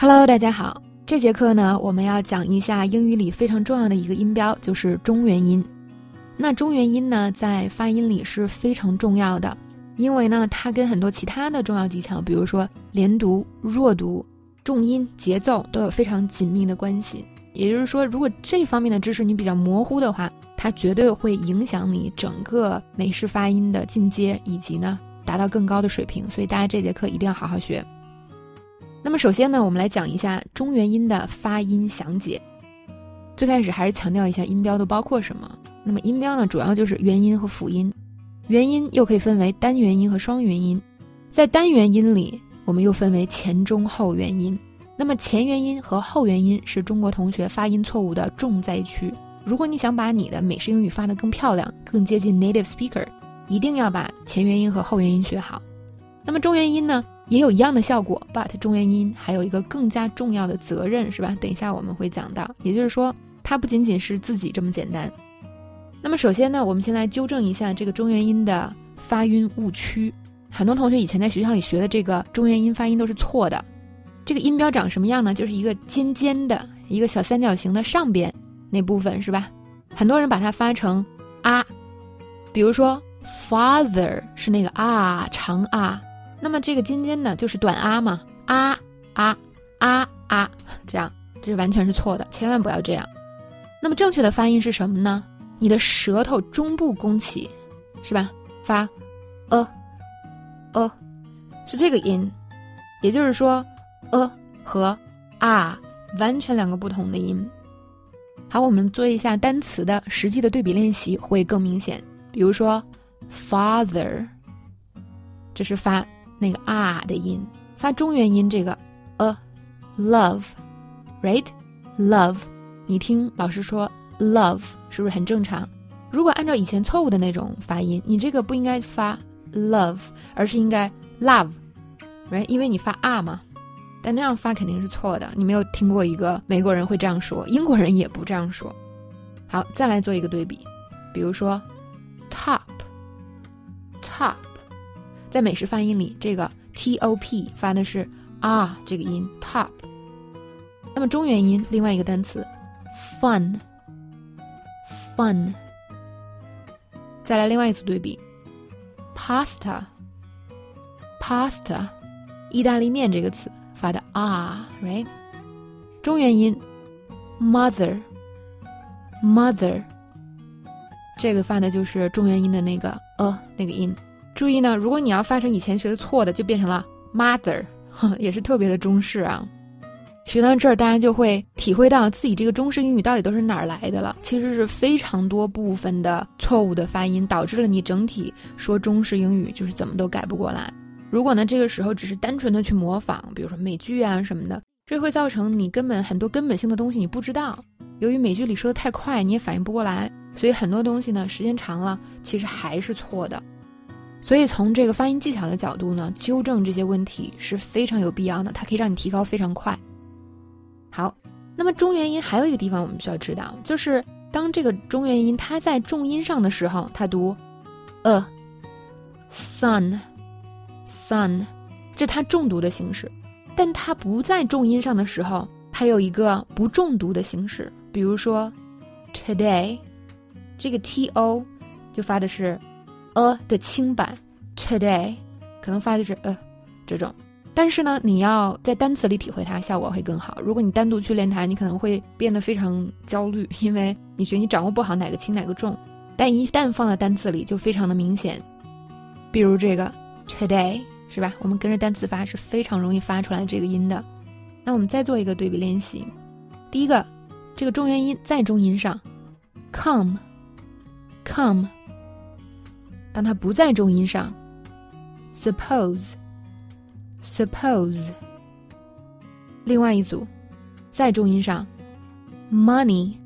Hello， 大家好。这节课呢，我们要讲一下英语里非常重要的一个音标，就是中元音。那中元音呢，在发音里是非常重要的，因为呢，它跟很多其他的重要技巧，比如说连读、弱读、重音、节奏都有非常紧密的关系。也就是说，如果这方面的知识你比较模糊的话，它绝对会影响你整个美式发音的进阶，以及呢，达到更高的水平。所以大家这节课一定要好好学。那么首先呢，我们来讲一下中元音的发音详解。最开始还是强调一下音标都包括什么。那么音标呢，主要就是元音和辅音。元音又可以分为单元音和双元音。在单元音里，我们又分为前中后元音。那么前元音和后元音是中国同学发音错误的重灾区。如果你想把你的美式英语发得更漂亮，更接近 native speaker， 一定要把前元音和后元音学好。那么中元音呢，也有一样的效果 but 中元音还有一个更加重要的责任，是吧？等一下我们会讲到，也就是说它不仅仅是自己这么简单。那么首先呢，我们先来纠正一下这个中元音的发音误区。很多同学以前在学校里学的这个中元音发音都是错的。这个音标长什么样呢？就是一个尖尖的一个小三角形的上边那部分，是吧？很多人把它发成啊，比如说 father 是那个啊，长啊，那么这个尖尖的就是短啊嘛，啊啊啊啊，这样，这是完全是错的，千万不要这样。那么正确的发音是什么呢？你的舌头中部弓起，是吧？发是这个音，也就是说和啊完全两个不同的音。好，我们做一下单词的实际的对比练习会更明显。比如说 father， 这是发那个啊的音，发中元音这个love right love， 你听老师说 love 是不是很正常？如果按照以前错误的那种发音，你这个不应该发 love， 而是应该 love right， 因为你发啊嘛，但那样发肯定是错的。你没有听过一个美国人会这样说，英国人也不这样说。好，再来做一个对比，比如说 top， 在美式发音里，这个 top 发的是啊这个音 top。那么中元音另外一个单词 fun， 再来另外一次对比 pasta， 意大利面这个词发的啊 right， 中元音 mother， 这个发的就是中元音的那个那个音。注意呢，如果你要发成以前学的错的，就变成了 mother， 也是特别的中式啊。学到这儿，大家就会体会到自己这个中式英语到底都是哪儿来的了。其实是非常多部分的错误的发音，导致了你整体说中式英语就是怎么都改不过来。如果呢，这个时候只是单纯的去模仿，比如说美剧啊什么的，这会造成你很多根本性的东西你不知道。由于美剧里说的太快，你也反应不过来，所以很多东西呢，时间长了其实还是错的。所以从这个发音技巧的角度呢，纠正这些问题是非常有必要的，它可以让你提高非常快。好，那么中元音还有一个地方我们需要知道，就是当这个中元音它在重音上的时候，它读sun， 这是它重读的形式。但它不在重音上的时候，它有一个不重读的形式。比如说 today， 这个 to 就发的是的轻版 today， 可能发的是这种。但是呢，你要在单词里体会它，效果会更好。如果你单独去练它，你可能会变得非常焦虑，因为你觉得你掌握不好哪个轻哪个重。但一旦放到单词里，就非常的明显。比如这个 today， 是吧？我们跟着单词发是非常容易发出来这个音的。那我们再做一个对比练习。第一个，这个中元音在重音上 come， 当它不在重音上 suppose， 另外一组在重音上 money，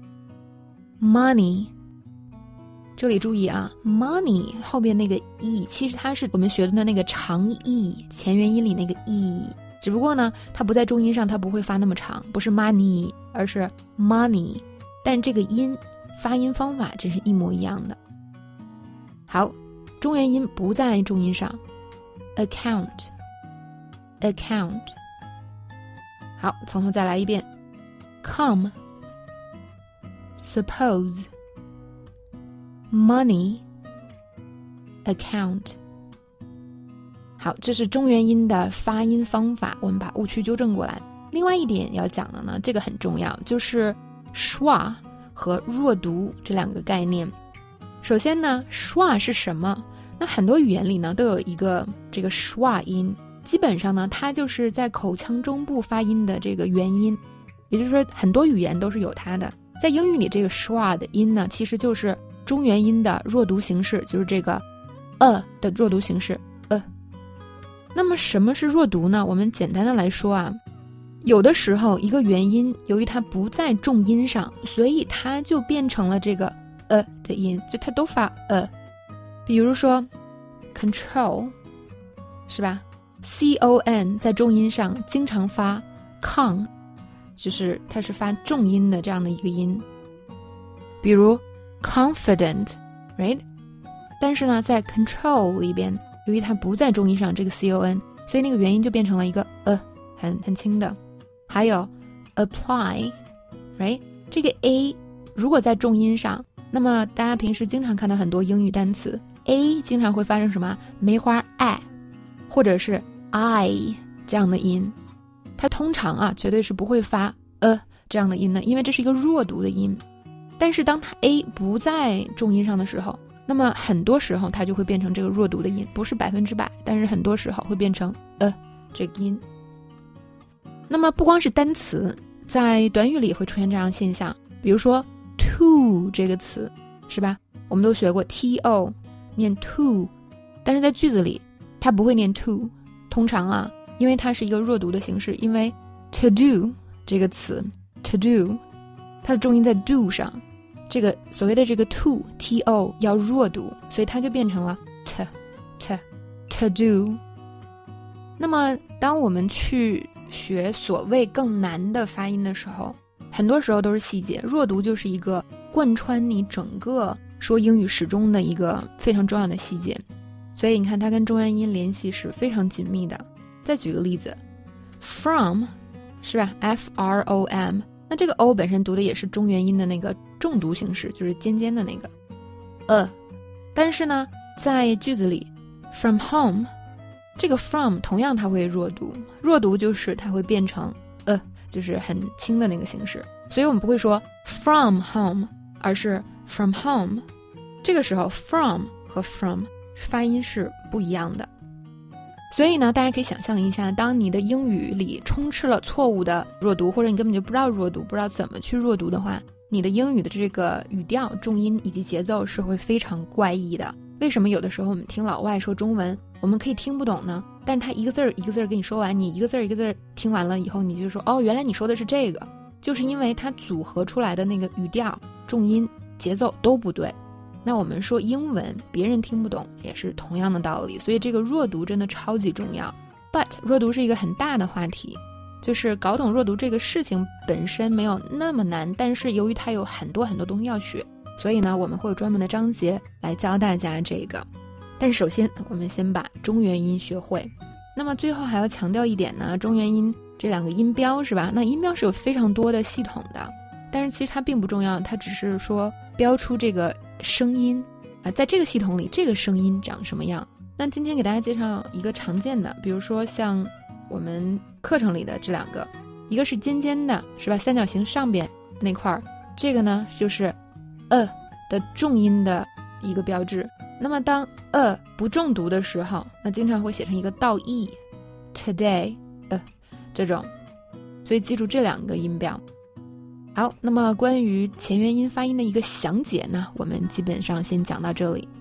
这里注意啊 money 后边那个 e 其实它是我们学的那个长 e 前元音里那个 e， 只不过呢它不在重音上，它不会发那么长，不是 money 而是 money， 但这个音发音方法真是一模一样的。好，中元音不在重音上 account， 好，从头再来一遍。Come, suppose, money, account。 好，这是中元音的发音方法，我们把误区纠正过来。另外一点要讲的呢，这个很重要，就是schwa和弱读这两个概念。首先呢，schwa是什么？那很多语言里呢都有一个这个 schwa 音，基本上呢它就是在口腔中部发音的这个元音，也就是说很多语言都是有它的。在英语里，这个 schwa 的音呢其实就是中元音的弱读形式，就是这个的弱读形式。那么什么是弱读呢？我们简单的来说啊，有的时候一个元音由于它不在重音上，所以它就变成了这个的音，就它都发比如说 control 是吧， con 在重音上经常发 con， 就是它是发重音的这样的一个音。比如 confident right， 但是呢在 control 里边，由于它不在重音上这个 con， 所以那个元音就变成了一个很轻的。还有 apply right， 这个 a 如果在重音上，那么大家平时经常看到很多英语单词 a 经常会发生什么梅花 i 或者是 i 这样的音，它通常啊绝对是不会发这样的音的，因为这是一个弱读的音。但是当它 a 不在重音上的时候，那么很多时候它就会变成这个弱读的音，不是100%，但是很多时候会变成这个音。那么不光是单词，在短语里会出现这样的现象，比如说 to 这个词是吧，我们都学过 to 念 to， 但是在句子里它不会念 to， 通常啊因为它是一个弱读的形式，因为 to do 这个词 to do 它的重音在 do 上，这个所谓的这个 to 要弱读，所以它就变成了 to do。 那么当我们去学所谓更难的发音的时候，很多时候都是细节，弱读就是一个贯穿你整个说英语始终的一个非常重要的细节，所以你看它跟中元音联系是非常紧密的。再举个例子 from 是吧 from， 那这个 o 本身读的也是中元音的那个重读形式，就是尖尖的那个但是呢在句子里 from home， 这个 from 同样它会弱读，弱读就是它会变成就是很轻的那个形式，所以我们不会说 from home， 而是 from home。 这个时候 from 和 from 发音是不一样的。所以呢大家可以想象一下，当你的英语里充斥了错误的弱读，或者你根本就不知道弱读，不知道怎么去弱读的话，你的英语的这个语调、重音以及节奏是会非常怪异的。为什么有的时候我们听老外说中文我们可以听不懂呢？但是他一个字儿一个字儿跟你说完，你一个字儿一个字儿听完了以后，你就说原来你说的是这个，就是因为它组合出来的那个语调、重音、节奏都不对。那我们说英文别人听不懂也是同样的道理，所以这个弱读真的超级重要。 But 弱读是一个很大的话题，就是搞懂弱读这个事情本身没有那么难，但是由于它有很多很多东西要学，所以呢我们会有专门的章节来教大家这个。但是首先我们先把中元音学会。那么最后还要强调一点呢，中元音这两个音标是吧，那音标是有非常多的系统的，但是其实它并不重要，它只是说标出这个声音在这个系统里这个声音长什么样。那今天给大家介绍一个常见的，比如说像我们课程里的这两个，一个是尖尖的是吧，三角形上边那块儿，这个呢就是的重音的一个标志。那么当不重读的时候，那经常会写成一个倒 e today 这种，所以记住这两个音标。好，那么关于前元音发音的一个详解呢，我们基本上先讲到这里。